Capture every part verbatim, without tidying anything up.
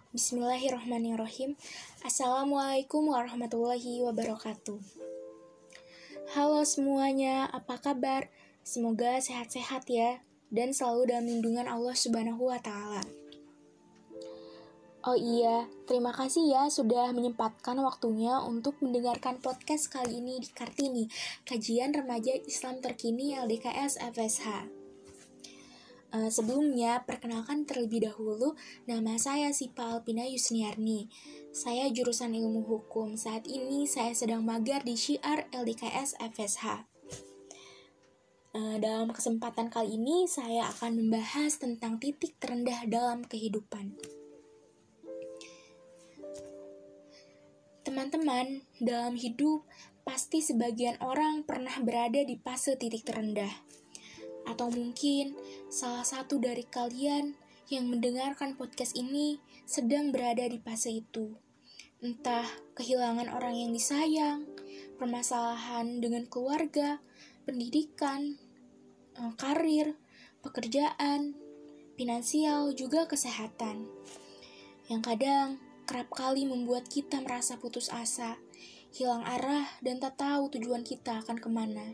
Bismillahirrahmanirrahim. Assalamualaikum warahmatullahi wabarakatuh. Halo semuanya, apa kabar? Semoga sehat-sehat ya, dan selalu dalam lindungan Allah Subhanahu wa Ta'ala. Oh iya, terima kasih ya sudah menyempatkan waktunya untuk mendengarkan podcast kali ini di Kartini, Kajian Remaja Islam Terkini L D K S F S H. Uh, sebelumnya, perkenalkan terlebih dahulu, nama saya Sipa Alpina Yusniarni. Saya jurusan ilmu hukum. Saat ini saya sedang magang di Syiar L D K S F S H. Uh, dalam kesempatan kali ini, saya akan membahas tentang titik terendah dalam kehidupan. Teman-teman, dalam hidup, pasti sebagian orang pernah berada di fase titik terendah. Atau mungkin salah satu dari kalian yang mendengarkan podcast ini sedang berada di fase itu. Entah kehilangan orang yang disayang, permasalahan dengan keluarga, pendidikan, karir, pekerjaan, finansial, juga kesehatan. Yang kadang kerap kali membuat kita merasa putus asa, hilang arah, dan tak tahu tujuan kita akan kemana.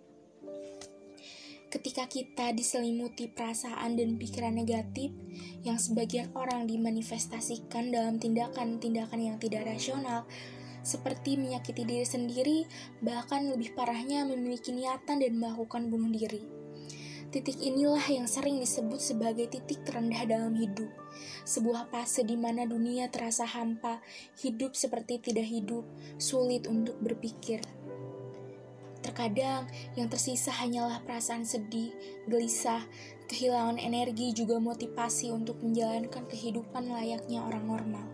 Ketika kita diselimuti perasaan dan pikiran negatif yang sebagian orang dimanifestasikan dalam tindakan-tindakan yang tidak rasional, seperti menyakiti diri sendiri, bahkan lebih parahnya memiliki niatan dan melakukan bunuh diri. Titik inilah yang sering disebut sebagai titik terendah dalam hidup, sebuah fase di mana dunia terasa hampa, hidup seperti tidak hidup, sulit untuk berpikir. Terkadang yang tersisa hanyalah perasaan sedih, gelisah, kehilangan energi juga motivasi untuk menjalankan kehidupan layaknya orang normal.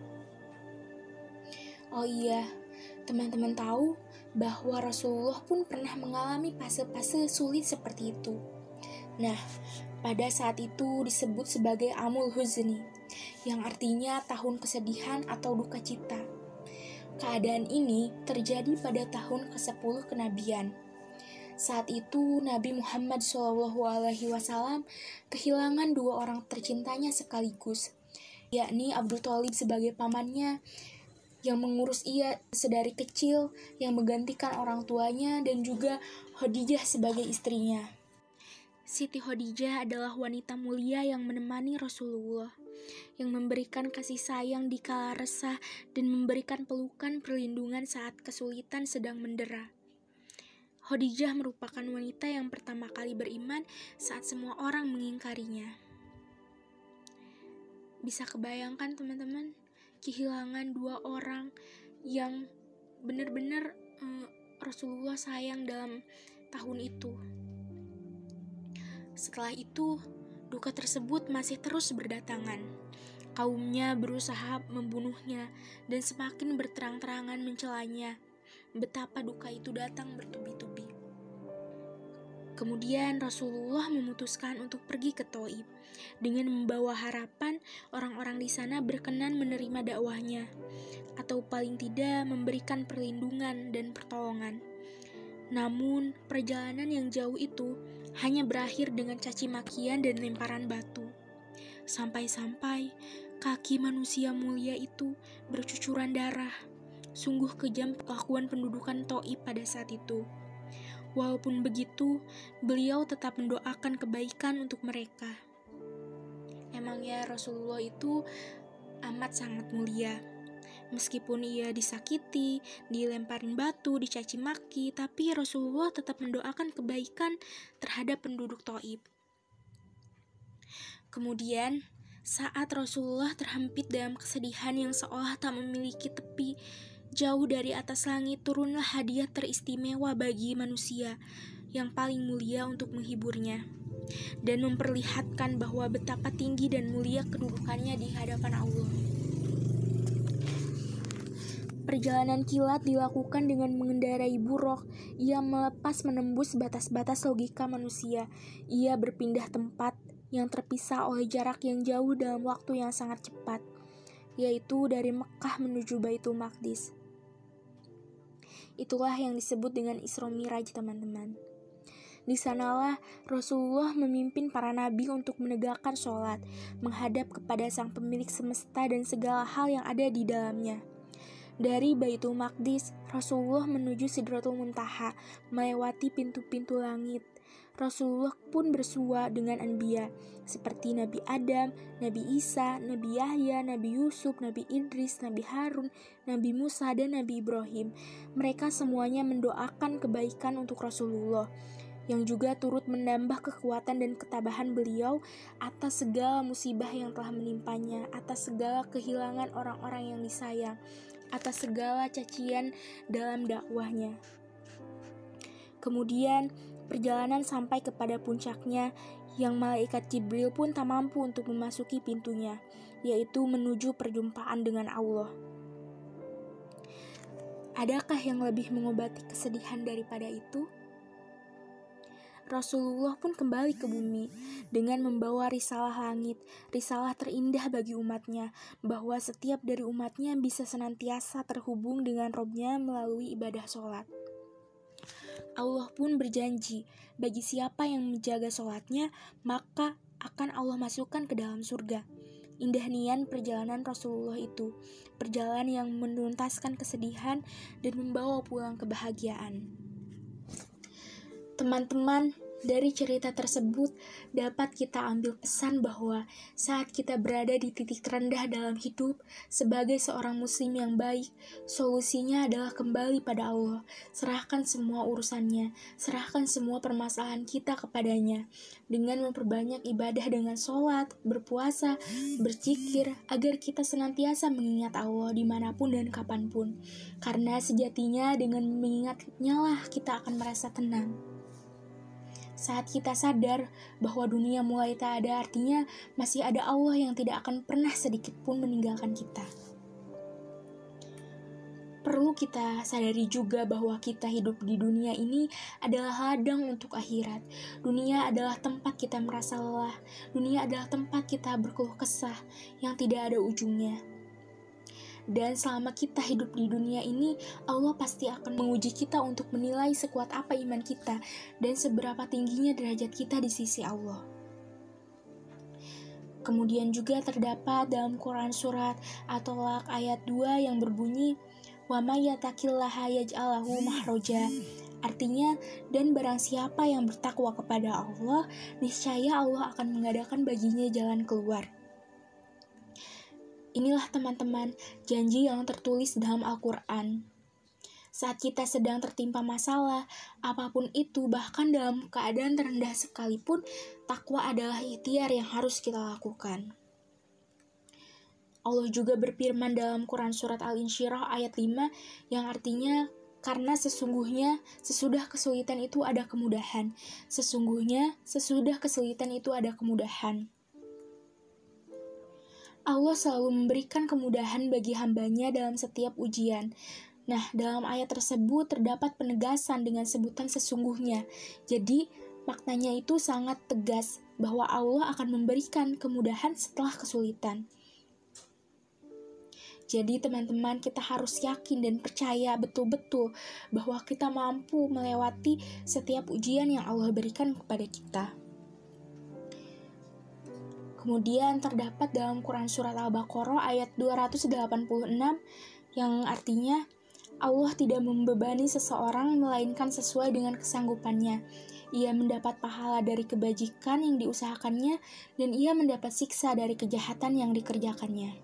Oh iya, teman-teman tahu bahwa Rasulullah pun pernah mengalami fase-fase sulit seperti itu. Nah, pada saat itu disebut sebagai Amul Huzni, yang artinya tahun kesedihan atau duka cita. Keadaan ini terjadi pada tahun kesepuluh kenabian. Saat itu Nabi Muhammad shallallahu alaihi wasallam kehilangan dua orang tercintanya sekaligus, yakni Abu Thalib sebagai pamannya yang mengurus ia sedari kecil, yang menggantikan orang tuanya, dan juga Khadijah sebagai istrinya. Siti Khadijah adalah wanita mulia yang menemani Rasulullah, yang memberikan kasih sayang di kala resah dan memberikan pelukan perlindungan saat kesulitan sedang mendera. Khadijah merupakan wanita yang pertama kali beriman saat semua orang mengingkarinya. Bisa kebayangkan teman-teman, kehilangan dua orang yang benar-benar eh, Rasulullah sayang dalam tahun itu. Setelah itu, duka tersebut masih terus berdatangan. Kaumnya berusaha membunuhnya dan semakin berterang-terangan mencelanya. Betapa duka itu datang bertubi-tubi. Kemudian Rasulullah memutuskan untuk pergi ke Thaif dengan membawa harapan orang-orang di sana berkenan menerima dakwahnya, atau paling tidak memberikan perlindungan dan pertolongan. Namun, perjalanan yang jauh itu hanya berakhir dengan caci makian dan lemparan batu. Sampai-sampai kaki manusia mulia itu bercucuran darah. Sungguh kejam kelakuan pendudukan Thaif pada saat itu. Walaupun begitu, beliau tetap mendoakan kebaikan untuk mereka. Emangnya Rasulullah itu amat sangat mulia. Meskipun ia disakiti, dilemparin batu, dicaci maki, tapi Rasulullah tetap mendoakan kebaikan terhadap penduduk Thaif. Kemudian, saat Rasulullah terhempit dalam kesedihan yang seolah tak memiliki tepi, jauh dari atas langit turunlah hadiah teristimewa bagi manusia yang paling mulia untuk menghiburnya dan memperlihatkan bahwa betapa tinggi dan mulia kedudukannya di hadapan Allah. Perjalanan kilat dilakukan dengan mengendarai buruk. Ia melepas menembus batas-batas logika manusia. Ia berpindah tempat yang terpisah oleh jarak yang jauh dalam waktu yang sangat cepat, yaitu dari Mekah menuju Baitul Maqdis. Itulah yang disebut dengan Isra Miraj, teman-teman. Di sanalah Rasulullah memimpin para nabi untuk menegakkan sholat, menghadap kepada Sang Pemilik semesta dan segala hal yang ada di dalamnya. Dari Baitul Maqdis, Rasulullah menuju Sidratul Muntaha, melewati pintu-pintu langit. Rasulullah pun bersua dengan anbiya, seperti Nabi Adam, Nabi Isa, Nabi Yahya, Nabi Yusuf, Nabi Idris, Nabi Harun, Nabi Musa, dan Nabi Ibrahim. Mereka semuanya mendoakan kebaikan untuk Rasulullah, yang juga turut menambah kekuatan dan ketabahan beliau atas segala musibah yang telah menimpanya, atas segala kehilangan orang-orang yang disayang, atas segala cacian dalam dakwahnya. Kemudian perjalanan sampai kepada puncaknya, yang malaikat Jibril pun tak mampu untuk memasuki pintunya, yaitu menuju perjumpaan dengan Allah. Adakah yang lebih mengobati kesedihan daripada itu? Rasulullah pun kembali ke bumi dengan membawa risalah langit, risalah terindah bagi umatnya, bahwa setiap dari umatnya bisa senantiasa terhubung dengan Robnya melalui ibadah sholat. Allah pun berjanji, bagi siapa yang menjaga sholatnya, maka akan Allah masukkan ke dalam surga. Indah nian perjalanan Rasulullah itu, perjalanan yang menuntaskan kesedihan dan membawa pulang kebahagiaan. Teman-teman, dari cerita tersebut dapat kita ambil pesan bahwa saat kita berada di titik terendah dalam hidup sebagai seorang muslim yang baik, solusinya adalah kembali pada Allah. Serahkan semua urusannya, serahkan semua permasalahan kita kepadanya, dengan memperbanyak ibadah dengan sholat, berpuasa, berzikir, agar kita senantiasa mengingat Allah dimanapun dan kapanpun. Karena sejatinya dengan mengingatnya lah kita akan merasa tenang. Saat kita sadar bahwa dunia mulai tak ada artinya, masih ada Allah yang tidak akan pernah sedikit pun meninggalkan kita. Perlu kita sadari juga bahwa kita hidup di dunia ini adalah ladang untuk akhirat. Dunia adalah tempat kita merasa lelah. Dunia adalah tempat kita berkeluh kesah yang tidak ada ujungnya. Dan selama kita hidup di dunia ini, Allah pasti akan menguji kita untuk menilai sekuat apa iman kita dan seberapa tingginya derajat kita di sisi Allah. Kemudian juga terdapat dalam Quran surat At-Tolak ayat dua yang berbunyi, "Wa may yattaqillaha yaj'al lahu makhraja." Artinya, dan barang siapa yang bertakwa kepada Allah, niscaya Allah akan mengadakan baginya jalan keluar. Inilah teman-teman, janji yang tertulis dalam Al-Quran. Saat kita sedang tertimpa masalah, apapun itu, bahkan dalam keadaan terendah sekalipun, takwa adalah ikhtiar yang harus kita lakukan. Allah juga berfirman dalam Quran surat Al-Insyirah ayat lima, yang artinya, karena sesungguhnya sesudah kesulitan itu ada kemudahan. Sesungguhnya sesudah kesulitan itu ada kemudahan. Allah selalu memberikan kemudahan bagi hambanya dalam setiap ujian. Nah, dalam ayat tersebut terdapat penegasan dengan sebutan sesungguhnya. Jadi, maknanya itu sangat tegas bahwa Allah akan memberikan kemudahan setelah kesulitan. Jadi, teman-teman, kita harus yakin dan percaya betul-betul bahwa kita mampu melewati setiap ujian yang Allah berikan kepada kita. Kemudian terdapat dalam Quran surat Al-Baqarah ayat dua ratus delapan puluh enam yang artinya Allah tidak membebani seseorang melainkan sesuai dengan kesanggupannya. Ia mendapat pahala dari kebajikan yang diusahakannya dan ia mendapat siksa dari kejahatan yang dikerjakannya.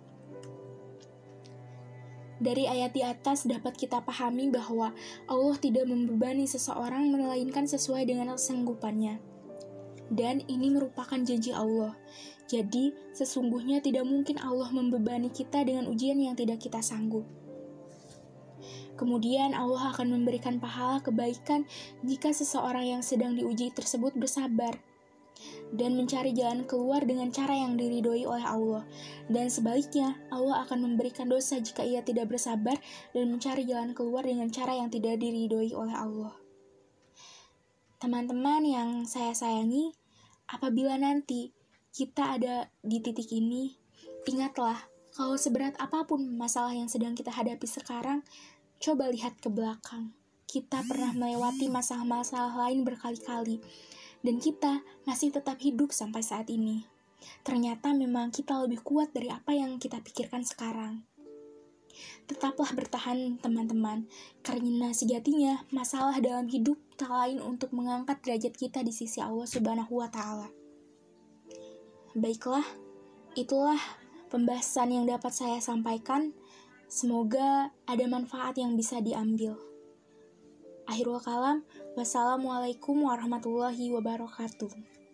Dari ayat di atas dapat kita pahami bahwa Allah tidak membebani seseorang melainkan sesuai dengan kesanggupannya. Dan ini merupakan janji Allah. Jadi, sesungguhnya tidak mungkin Allah membebani kita dengan ujian yang tidak kita sanggup. Kemudian Allah akan memberikan pahala kebaikan jika seseorang yang sedang diuji tersebut bersabar dan mencari jalan keluar dengan cara yang diridhoi oleh Allah. Dan sebaliknya, Allah akan memberikan dosa jika ia tidak bersabar dan mencari jalan keluar dengan cara yang tidak diridhoi oleh Allah. Teman-teman yang saya sayangi, apabila nanti kita ada di titik ini, ingatlah, kalau seberat apapun masalah yang sedang kita hadapi sekarang, coba lihat ke belakang. kita pernah melewati masalah-masalah lain berkali-kali, dan kita masih tetap hidup sampai saat ini. Ternyata memang kita lebih kuat dari apa yang kita pikirkan sekarang. Tetaplah bertahan teman-teman, karena sejatinya masalah dalam hidup tak lain untuk mengangkat derajat kita di sisi Allah Subhanahu wa Ta'ala. Baiklah, itulah pembahasan yang dapat saya sampaikan. Semoga ada manfaat yang bisa diambil. Akhirul kalam, wassalamualaikum warahmatullahi wabarakatuh.